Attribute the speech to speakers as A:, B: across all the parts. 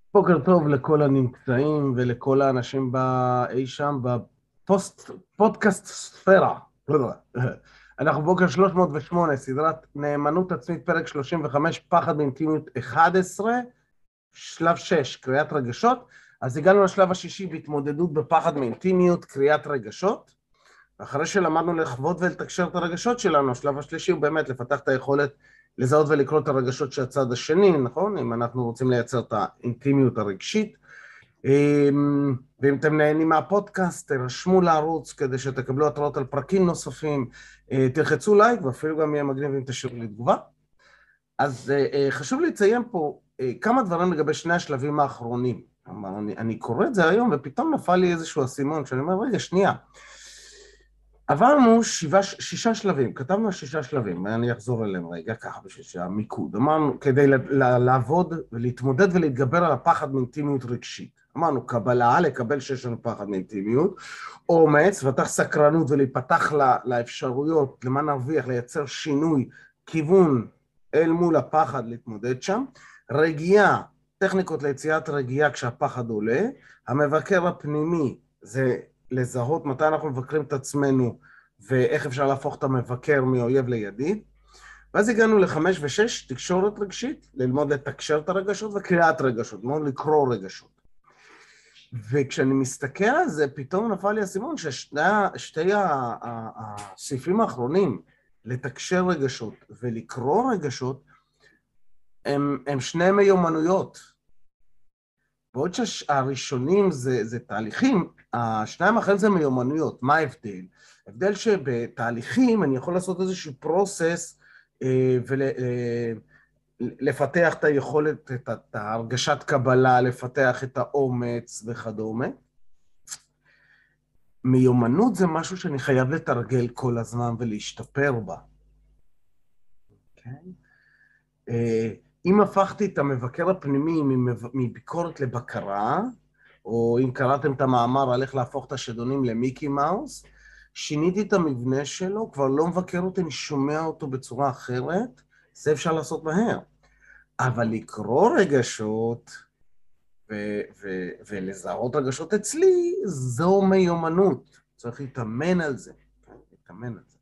A: בוקר טוב לכל הנמצאים ולכל האנשים אי שם בפודקאסט ספירה. אנחנו בוקר 308, סדרת נאמנות עצמית, פרק 35, פחד באינטימיות 11, שלב 6, קריאת רגשות. אז הגענו לשלב השישי בהתמודדות בפחד מאינטימיות, קריאת רגשות. ואחרי שלמדנו לחוות ולתקשר את הרגשות שלנו, השלב השלישי הוא באמת לפתח את היכולת לזהות ולקרוא את הרגשות של הצד השני, נכון? אם אנחנו רוצים לייצר את האינטימיות הרגשית. ואם אתם נהנים מהפודקאסט, תרשמו לערוץ כדי שתקבלו התראות על פרקים נוספים, תלחצו לייק ואפילו גם יהיה מגניב אם תשאירו לי תגובה. אז חשוב לציין פה כמה דברים לגבי שני השלבים האחרונים. אני קורא את זה היום ופתאום נפל לי איזשהו אסימון, שאני אומר, רגע, שנייה. עברנו שישה שלבים, כתבנו 6 שלבים, אני אחזור אליהם רגע ככה בשביל שהמיקוד. אמרנו, כדי לעבוד ולהתמודד ולהתגבר על הפחד מאינטימיות רגשית. אמרנו, קבלה, לקבל שיש לנו פחד מאינטימיות, אומץ, לפתח סקרנות ולהיפתח לאפשרויות, למה נרוויח, לייצר שינוי, כיוון אל מול הפחד, להתמודד שם. רגיעה, טכניקות ליציאת רגיעה כשהפחד עולה. המבקר הפנימי זה לזהות מתי אנחנו מבקרים את עצמנו, ואיך אפשר להפוך את המבקר מאויב לידיד. ואז הגענו ל5 ו6, תקשורת רגשית, ללמוד לתקשר את הרגשות וקריאת רגשות, ללמוד לקרוא רגשות. וכשאני מסתכל על זה, פתאום נפל לי הסימון ששתי הסעיפים האחרונים, לתקשר רגשות ולקרוא רגשות, הם שני מיומנויות. בעוד שהראשונים זה תהליכים, השניים האחרים זה מיומנויות. מה ההבדל? ההבדל שבתהליכים אני יכול לעשות איזשהו פרוסס ולפתח את היכולת, את הרגשת קבלה, לפתח את האומץ וכדומה. מיומנות זה משהו שאני חייב לתרגל כל הזמן ולהשתפר בה. Okay? אם הפכתי את המבקר הפנימי מביקורת לבקרה, או אם קראתם את המאמר על איך להפוך את השדונים למיקי מאוס, שיניתי את המבנה שלו, כבר לא מבקר אותי, אני שומע אותו בצורה אחרת, זה אפשר לעשות מהר. אבל לקרוא רגשות ולזהות רגשות אצלי, זו מיומנות. צריך להתאמן על זה. להתאמן על זה.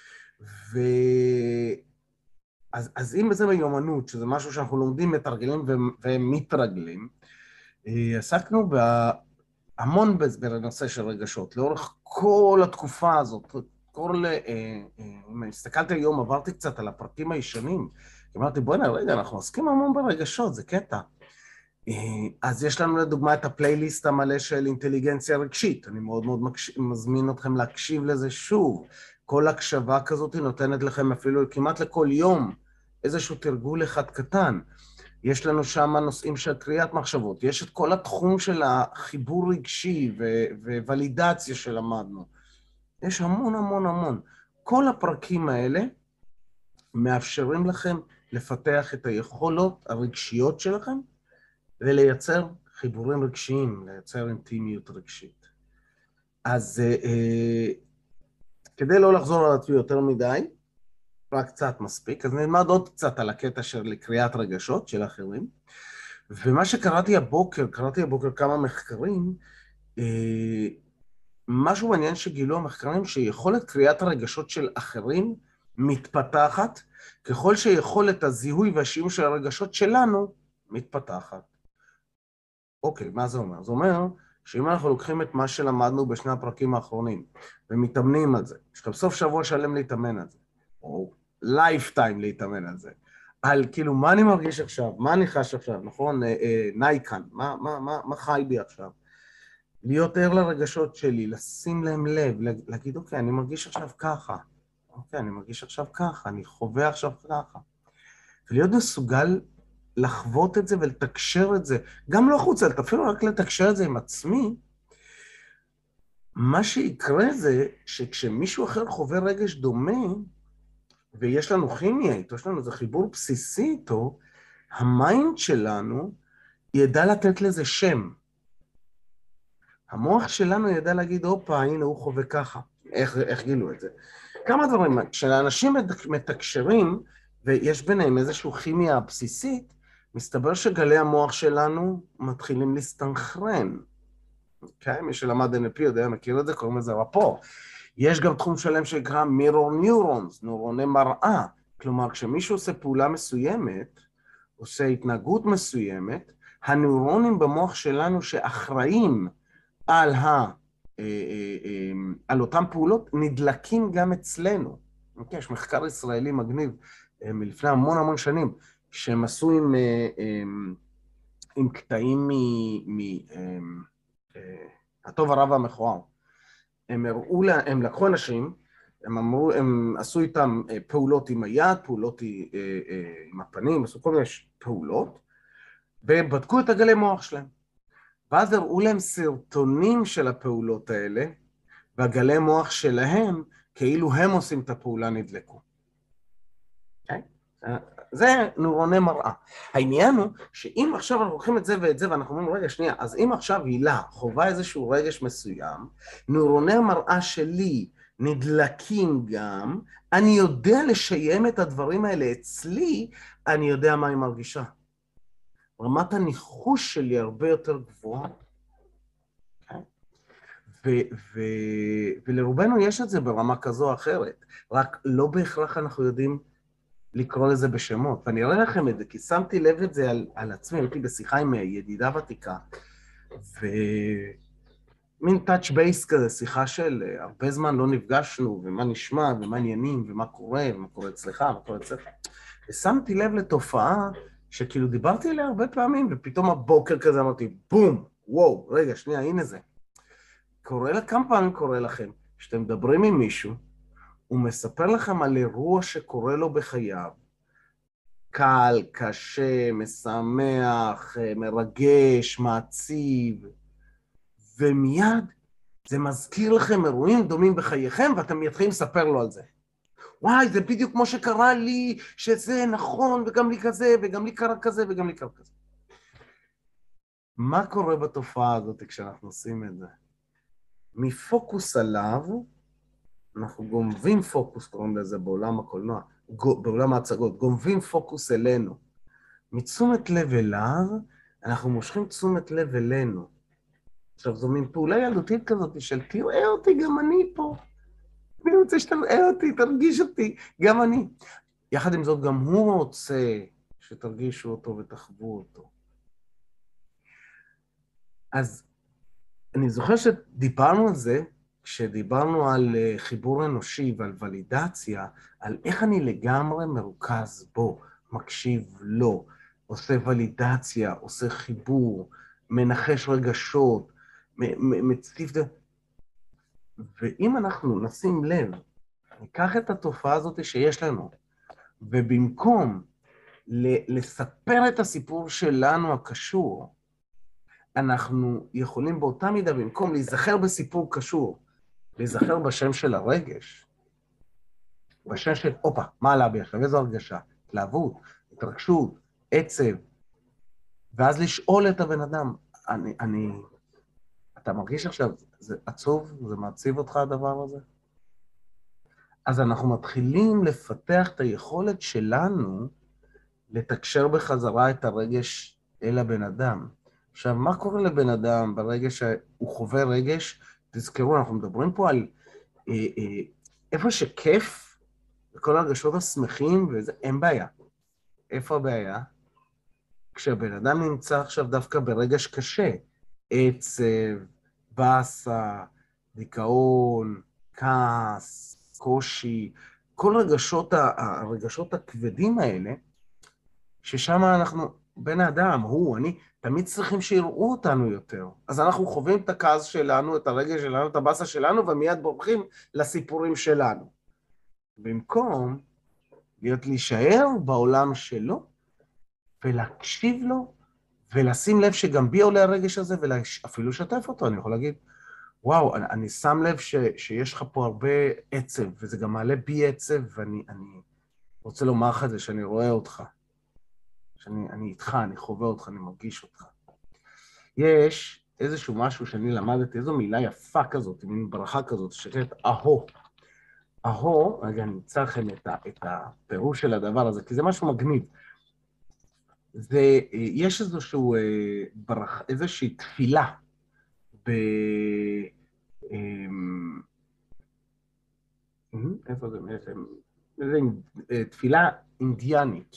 A: אז אם זה מיומנות, שזה משהו שאנחנו לומדים, מתרגלים ומתרגלים, עסקנו המון בנושא של רגשות, לאורך כל התקופה הזאת, אם הסתכלתי היום, עברתי קצת על הפרקים הישנים, אמרתי, בואי רגע, אנחנו עוסקים המון ברגשות, זה קטע. אז יש לנו לדוגמה את הפלייליסט המלא של אינטליגנציה רגשית, אני מאוד מאוד מזמין אתכם להקשיב לזה שוב, כל הקשבה כזאת נותנת לכם אפילו כמעט לכל יום איזשהו תרגול אחד קטן. יש לנו שם נושאים של קריאת מחשבות, יש את כל התחום של החיבור רגשי וולידציה שלמדנו. יש המון המון המון. כל הפרקים האלה מאפשרים לכם לפתח את היכולות הרגשיות שלכם ולייצר חיבורים רגשיים, לייצר אינטימיות רגשית. אז כדי לא לחזור על עצמי יותר מדי, רק קצת מספיק, אז נלמד עוד קצת על הקטע של קריאת רגשות של אחרים, ומה שקראתי הבוקר כמה מחקרים, משהו מעניין שגילו המחקרים, שיכולת קריאת הרגשות של אחרים מתפתחת, ככל שיכולת הזיהוי והשימוש של הרגשות שלנו מתפתחת. אוקיי, מה זה אומר? זה אומר שאם אנחנו לוקחים את מה שלמדנו בשני הפרקים האחרונים, ומתאמנים על זה, יש לכם סוף שבוע שלם להתאמן על זה, או לייפטיים להתאמן על זה, על כאילו מה אני מרגיש עכשיו, מה אני חש עכשיו, נכון? נייקן, מה חי בי עכשיו? להיות ער לרגשות שלי, לשים להם לב, להגיד, אוקיי, אני מרגיש עכשיו ככה, אוקיי, אני מרגיש עכשיו ככה, אני חווה עכשיו ככה. ולהיות מסוגל לחוות את זה ולתקשר את זה, גם לא חוצה, אפילו רק לתקשר את זה עם עצמי, מה שיקרה זה שכשמישהו אחר חווה רגש דומה, ויש לנו כימיה איתו, יש לנו איזה חיבור בסיסי איתו, המיינד שלנו ידע לתת לזה שם. המוח שלנו ידע להגיד, אופה, הנה הוא חווה ככה. איך גילו את זה? כמה דברים, כשאנשים מתקשרים, ויש ביניהם איזושהי כימיה בסיסית, מסתבר שגלי המוח שלנו מתחילים להסתנכרן. כן, מי שלמד NLP יודע, מכיר את זה, קוראים לזה רפור. יש גם תחום שלם שנקרא mirror neurons, נוירוני מראה. כלומר, כשמישהו עושה פעולה מסוימת, עושה התנהגות מסוימת, הנוירונים במוח שלנו שאחראים על, על אותם פעולות נדלקים גם אצלנו. אוקיי, יש מחקר ישראלי מגניב מלפני המון המון שנים, שהם עשו עם קטעים הטוב הרע והמכוער. הם לקחו אנשים, הם עשו איתם פעולות עם היד, פעולות עם הפנים, עשו כל מיני פעולות, ובדקו את הגלי מוח שלהם. ואז הראו להם סרטונים של הפעולות האלה, והגלי מוח שלהם, כאילו הם עושים את הפעולה, נדלקו. Okay? זה נוירוני מראה. העניין הוא שאם עכשיו אנחנו לוקחים את זה ואת זה, ואנחנו אומרים, רגע, שנייה, אז אם עכשיו הילה חובה איזשהו רגש מסוים, נוירוני המראה שלי נדלקים גם, אני יודע לשיים את הדברים האלה אצלי, אני יודע מה היא מרגישה. רמת הניחוש שלי הרבה יותר גבוהה. ולרובנו יש את זה ברמה כזו או אחרת, רק לא בהכרח אנחנו יודעים לקרוא לזה בשמות. ואני אראה לכם את זה, כי שמתי לב את זה על עצמי, הייתי בשיחה עם ידידה ותיקה, ומין touch base כזה, שיחה של הרבה זמן לא נפגשנו, ומה נשמע, ומה עניינים, ומה קורה אצלך, מה קורה אצלך. ושמתי לב לתופעה שכאילו דיברתי עליה הרבה פעמים, ופתאום הבוקר כזה אמרתי, בום, וואו, רגע, שנייה, הנה זה. כמה פעמים קורה לכם, שאתם מדברים עם מישהו, הוא מספר לכם על אירוע שקורה לו בחייו, קל, קשה, משמח, מרגש, מעציב, ומיד זה מזכיר לכם אירועים דומים בחייכם, ואתם מתחילים לספר לו על זה. וואי, זה בדיוק כמו שקרה לי, שזה נכון, וגם לי כזה, וגם לי קרה כזה, וגם לי קרה כזה. מה קורה בתופעה הזאת כשאנחנו עושים את זה? מפוקוס עליו, אנחנו גונבים פוקוס, קוראים לזה בעולם הקולנוע, בעולם ההצגות, גונבים פוקוס אלינו. מתשומת לב אליו, אנחנו מושכים תשומת לב אלינו. עכשיו, זו מין פעולה ילדותית כזאת של תראה אותי, גם אני פה. אני רוצה שתראה אותי, תרגיש אותי, גם אני. יחד עם זאת, גם הוא רוצה שתרגישו אותו ותחוו אותו. אז אני זוכר שדיברנו על זה, כשדיברנו על חיבור אנושי ועל ולידציה, על איך אני לגמרי מרוכז בו, מקשיב לו, עושה ולידציה, עושה חיבור, מנחש רגשות, מציף... ואם אנחנו נשים לב, ניקח את התופעה הזאת שיש לנו, ובמקום לספר את הסיפור שלנו הקשור, אנחנו יכולים באותה מידה, במקום להיזכר בסיפור קשור, להיזכר בשם של הרגש, בשם של, אופה, מה עלה בי עכשיו? איזו הרגשה? התלהבות, התרגשות, עצב, ואז לשאול את הבן אדם, אתה מרגיש עכשיו, זה עצוב, זה מעציב אותך הדבר הזה? אז אנחנו מתחילים לפתח את היכולת שלנו לתקשר בחזרה את הרגש אל הבן אדם. עכשיו, מה קורה לבן אדם ברגע שהוא חווה רגש? תזכרו, אנחנו מדברים פה על איפה שכיף, וכל הרגשות השמחים, וזה, אין בעיה. איפה הבעיה? כשהבן אדם נמצא עכשיו דווקא ברגש קשה, עצב, בסה, דיכאון, כעס, קושי, כל הרגשות הכבדים האלה, ששם אנחנו, בן האדם, אני, תמיד צריכים שיראו אותנו יותר. אז אנחנו חווים את הכעס שלנו, את הרגש שלנו, את הבאסה שלנו, ומיד בורחים לסיפורים שלנו. במקום להישאר בעולם שלו, ולהקשיב לו, ולשים לב שגם בי עולה הרגש הזה, ואפילו לשתף אותו, אני יכול להגיד, וואו, אני שם לב שיש לך פה הרבה עצב, וזה גם מעלה בי עצב, ואני רוצה לומר לך את זה, שאני רואה אותך. שאני איתך, אני חווה אותך, אני מרגיש אותך. יש איזשהו משהו שאני למדתי, איזו מילה יפה כזאת, מין ברכה כזאת, שקראת אהו. אהו, רגע, אני אמצא לכם את הפירוש של הדבר הזה, כי זה משהו מגניב. יש איזושהי תפילה ב... אמ, איפה זה? איזה תפילה אינדיאנית,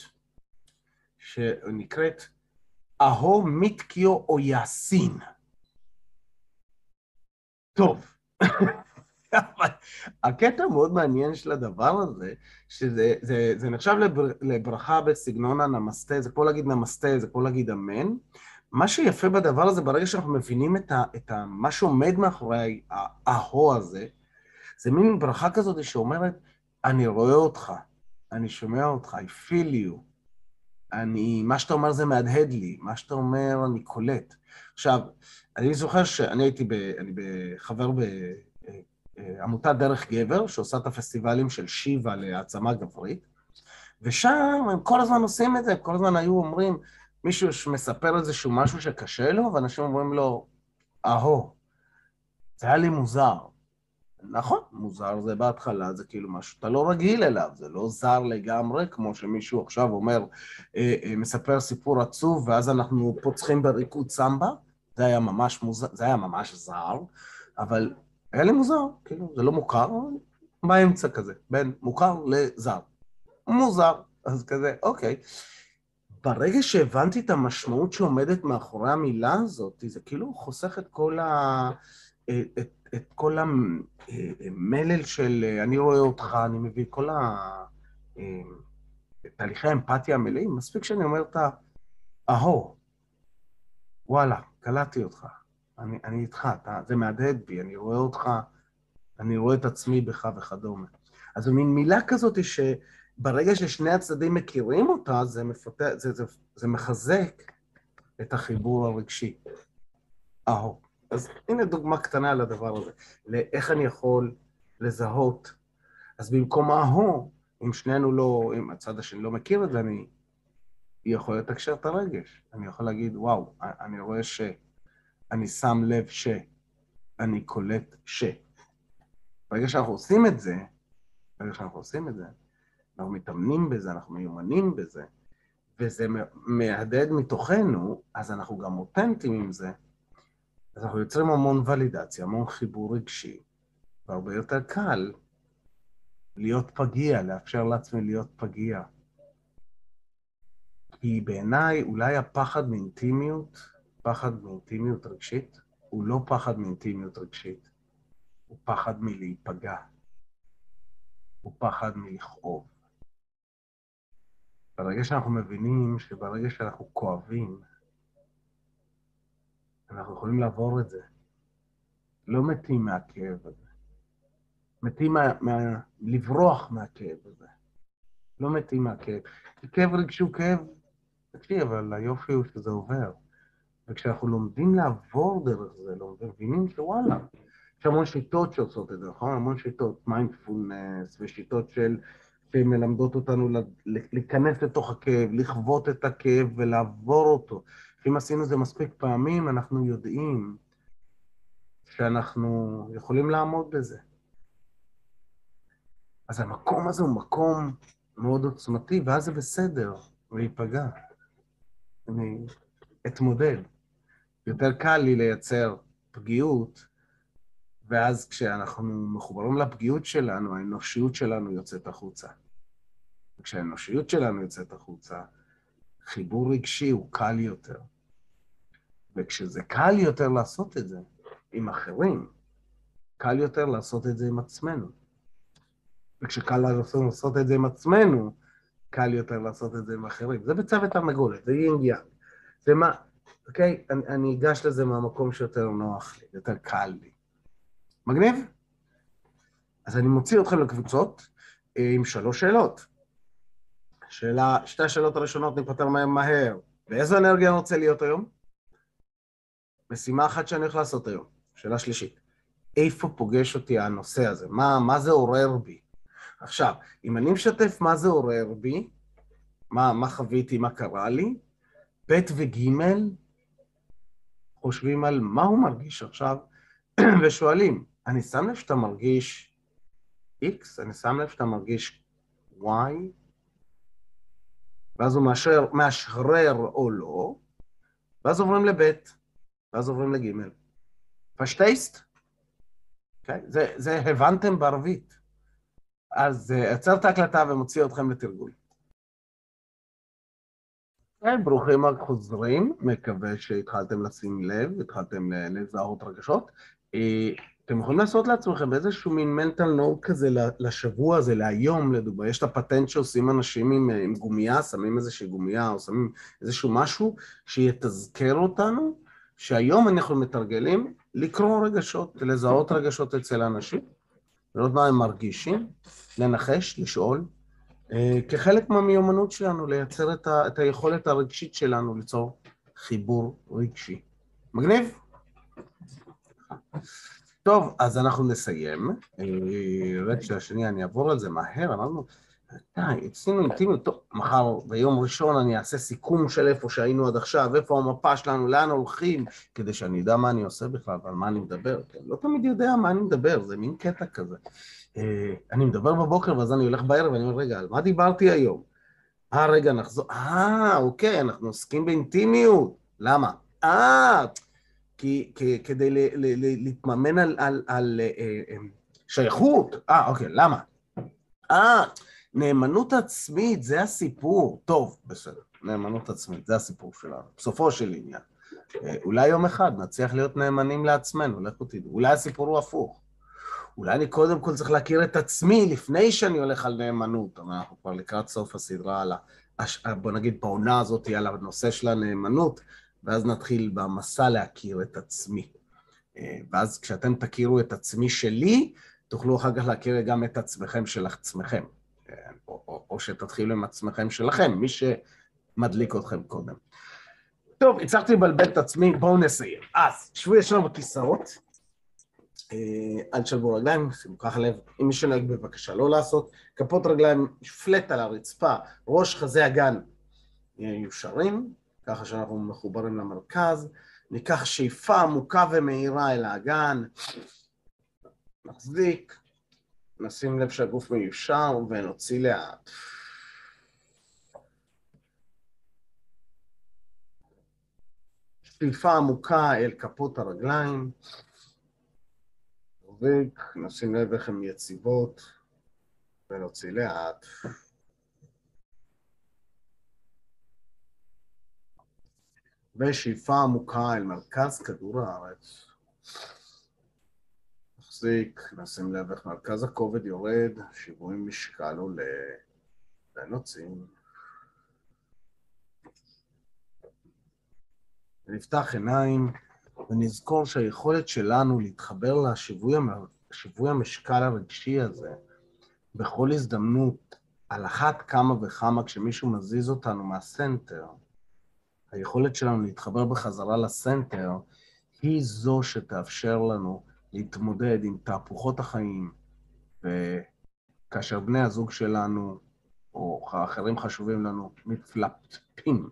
A: שנקראת אהו מתקיו או יאסין. טוב. אבל הקטע מאוד מעניין של הדבר הזה, שזה נחשב לברכה בסגנון הנמסטה, זה כמו להגיד נמסטה, זה כמו להגיד אמן. מה שיפה בדבר הזה, ברגע שאנחנו מבינים מה שעומד מאחורי האהו הזה, זה מין ברכה כזאת שאומרת, אני רואה אותך, אני שומע אותך, I feel you, מה שאתה אומר זה מהדהד לי, מה שאתה אומר אני קולט. עכשיו, אני זוכר שאני חבר בעמותת דרך גבר, שעושה את הפסטיבלים של שיבה להעצמה גברית, ושם הם כל הזמן עושים את זה, כל הזמן היו אומרים, מישהו שמספר איזשהו משהו שקשה לו, ואנשים אומרים לו, אהו, זה היה לי מוזר. נכון, מוזר זה בהתחלה, זה כאילו משהו, אתה לא רגיל אליו, זה לא זר לגמרי, כמו שמישהו עכשיו אומר, מספר סיפור עצוב, ואז אנחנו פוצחים בריקוד סמבה, זה היה ממש מוזר, זה היה ממש זר, אבל היה לי מוזר, כאילו, זה לא מוכר, באמצע כזה, בין מוכר לזר. מוזר, אז כזה, אוקיי. ברגע שהבנתי את המשמעות שעומדת מאחורי המילה הזאת, זה כאילו חוסך את כל המלל של אני רואה אותך, אני מביא כל תהליכי האמפתיה המלאים, מספיק שאני אומר את אהו, וואלה, קלטתי אותך, אני איתך, זה מהדהד בי, אני רואה אותך, אני רואה את עצמי בך וכדומה. אז זו מין מילה כזאת שברגע ששני הצדדים מכירים אותה, זה מחזק את החיבור הרגשי. אהו. אז הנה דוגמה קטנה על הדבר הזה, לאיך אני יכול לזהות. אז במקום אהו, אם שנינו לא, אם הצד השני לא מכיר את זה, אני יכול לתקשר את הרגש. אני יכול להגיד, וואו, אני רואה אני שם לב אני קולט ברגע שאנחנו עושים את זה, אנחנו מתאמנים בזה, אנחנו מיומנים בזה, וזה מהדהד מתוכנו, אז אנחנו גם אותנטיים עם זה, אז אנחנו יוצרים המון ולידציה, המון חיבור רגשי, והרבה יותר קל להיות פגיע, לאפשר לעצמי להיות פגיע. כי בעיניי אולי הפחד מאינטימיות רגשית, הוא לא פחד מאינטימיות רגשית, הוא פחד מלהיפגע, הוא פחד מלכאוב. ברגע שאנחנו מבינים שברגע שאנחנו כואבים, אנחנו יכולים לעבור את זה. לא מתים מהכאב הזה. מתים לברוח מהכאב הזה. לא מתים מהכאב. כי כאב רגשי הוא כאב, תקשיב, אבל היופי הוא שזה עובר. וכשאנחנו לומדים לעבור דרך זה, מבינים שוואלה, יש המון שיטות שעושות את זה, נכון? המון שיטות, מיינדפולנס, ושיטות שמלמדות אותנו להיכנס לתוך הכאב, לחוות את הכאב ולעבור אותו. אם עשינו זה מספיק פעמים, אנחנו יודעים שאנחנו יכולים לעמוד בזה. אז המקום הזה הוא מקום מאוד עוצמתי, ואז זה בסדר, להיפגע. אני אתמודד. יותר קל לי לייצר פגיעות, ואז כשאנחנו מחוברים לפגיעות שלנו, האנושיות שלנו יוצאת החוצה. וכשהאנושיות שלנו יוצאת החוצה, חיבור רגשי הוא קל יותר. וכשזה קל יותר לעשות את זה עם אחרים, קל יותר לעשות את זה עם עצמנו. וכשקל לעשות את זה עם עצמנו, קל יותר לעשות את זה עם אחרים. זה ביצה ותרנגולת, זה יין יאנג. זה מה, אוקיי? אני אגש לזה מהמקום שיותר נוח לי, יותר קל לי. מגניב? אז אני מוציא אתכם לקבוצות עם 3 שאלות. שתי השאלות הראשונות ניפטר מהר מהר. באיזו אנרגיה אני רוצה להיות היום? משימה אחת שאני הולך לעשות היום. שאלה שלישית. איפה פוגש אותי הנושא הזה? מה זה עורר בי? עכשיו, אם אני משתף מה זה עורר בי, מה חוויתי, מה קרה לי, ב' וג' חושבים על מה הוא מרגיש עכשיו, ושואלים, אני שם לב שאתה מרגיש X, אני שם לב שאתה מרגיש Y, ואז הוא מאשרר או לא, ואז עוברים לבית, ואז עוברים לגימל. פשטייסט? Okay. זה הבנתם בערבית. אז עצר את ההקלטה ומוציא אתכם לתרגול. ברוכים החוזרים, מקווה שהתחלתם לשים לב, התחלתם לזהות רגשות. אתם יכולים לעשות לעצמכם איזשהו מין mental note כזה לשבוע הזה, להיום לדוגמה. יש את הפטנט שעושים אנשים עם גומייה, שמים איזושהי גומייה או שמים איזשהו משהו שיתזכר אותנו, שהיום אנחנו מתרגלים לקרוא רגשות, לזהות רגשות אצל האנשים, לראות מה הם מרגישים, לנחש, לשאול, כחלק מהמיומנות שלנו, לייצר את היכולת הרגשית שלנו ליצור חיבור רגשי. מגניב? טוב, אז אנחנו נסיים. רגע השני, אני אעבור על זה מהר, אמרנו, עשינו אינטימיות, טוב, מחר ביום ראשון אני אעשה סיכום של איפה שהיינו עד עכשיו, איפה המפה שלנו, לאן הולכים, כדי שאני יודע מה אני עושה בכלל ועל מה אני מדבר. לא תמיד יודע מה אני מדבר, זה מין קטע כזה. אני מדבר בבוקר ואז אני הולך בערב ואני אומר, רגע, על מה דיברתי היום? רגע, נחזור, אוקיי, אנחנו עוסקים באינטימיות. למה? כדי להתממן על שייכות. אוקיי, למה? נאמנות עצמית, זה הסיפור. טוב, בסדר, נאמנות עצמית, זה הסיפור שלנו. בסופו של עניין. אולי יום אחד נצליח להיות נאמנים לעצמנו, לכו תדעו. אולי הסיפור הוא הפוך. אולי אני קודם כל צריך להכיר את עצמי לפני שאני הולך על נאמנות. אבל אנחנו כבר לקראת סוף הסדרה על בוא נגיד בעונה הזאת על הנושא של הנאמנות, ואז נתחיל במסע להכיר את עצמי. ואז כשאתם תכירו את עצמי שלי, תוכלו אחר כך להכיר גם את עצמכם של עצמכם. או שתתחילו עם עצמכם שלכם, מי שמדליק אתכם קודם. טוב, הצלחתי לבלבל את עצמי, בואו נסיים. אז, שבו ישנו בכיסאות, אל תשלבו רגליים, שימו ככה לב, אם מי שנהג בבקשה לא לעשות, כפות רגליים פלט על הרצפה, ראש חזה הגן יושרים, ככה שאנחנו מחוברים למרכז, ניקח שאיפה עמוקה ומהירה אל האגן, נחזיק, נשים לב שהגוף מיושר ונוציא לאט. שאיפה עמוקה אל כפות הרגליים, נשים לב איך הן יציבות ונוציא לאט. ושאיפה עמוקה אל מרכז כדור הארץ. נחזיק, נשים לב איך מרכז הכובד יורד, שיווי משקל עולה, ונוצאים. ונפתח עיניים, ונזכור שהיכולת שלנו להתחבר לשיווי המשקל הרגשי הזה, בכל הזדמנות, על אחת כמה וכמה כשמישהו מזיז אותנו מהסנטר, היכולת שלנו להתחבר בחזרה לסנטר, היא זו שתאפשר לנו להתמודד עם תהפוכות החיים, וכאשר בני הזוג שלנו, או האחרים חשובים לנו, מתפלפים.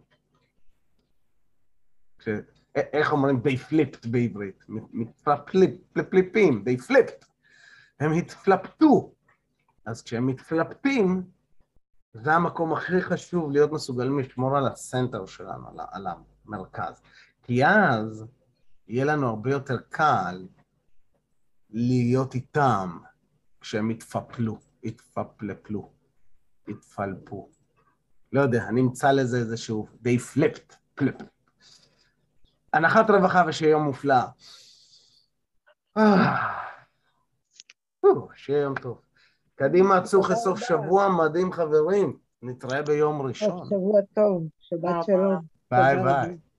A: איך אומרים? They flipped בעברית. מתפלפים, they flipped. הם התפלפתו. אז כשהם מתפלפים, זה המקום הכי חשוב להיות מסוגלים לשמור על הסנטר שלנו, על המרכז. כי אז יהיה לנו הרבה יותר קל להיות איתם כשהם התפלפו. לא יודע, אני אמצא לזה איזשהו, they flipped, flip. הנחת רווחה ושיהיה יום מופלא. שיהיה יום טוב. קדימה, צוחי סוף שבוע, מדהים חברים. נתראה ביום ראשון.
B: שבוע טוב, שבת שלום.
A: ביי ביי.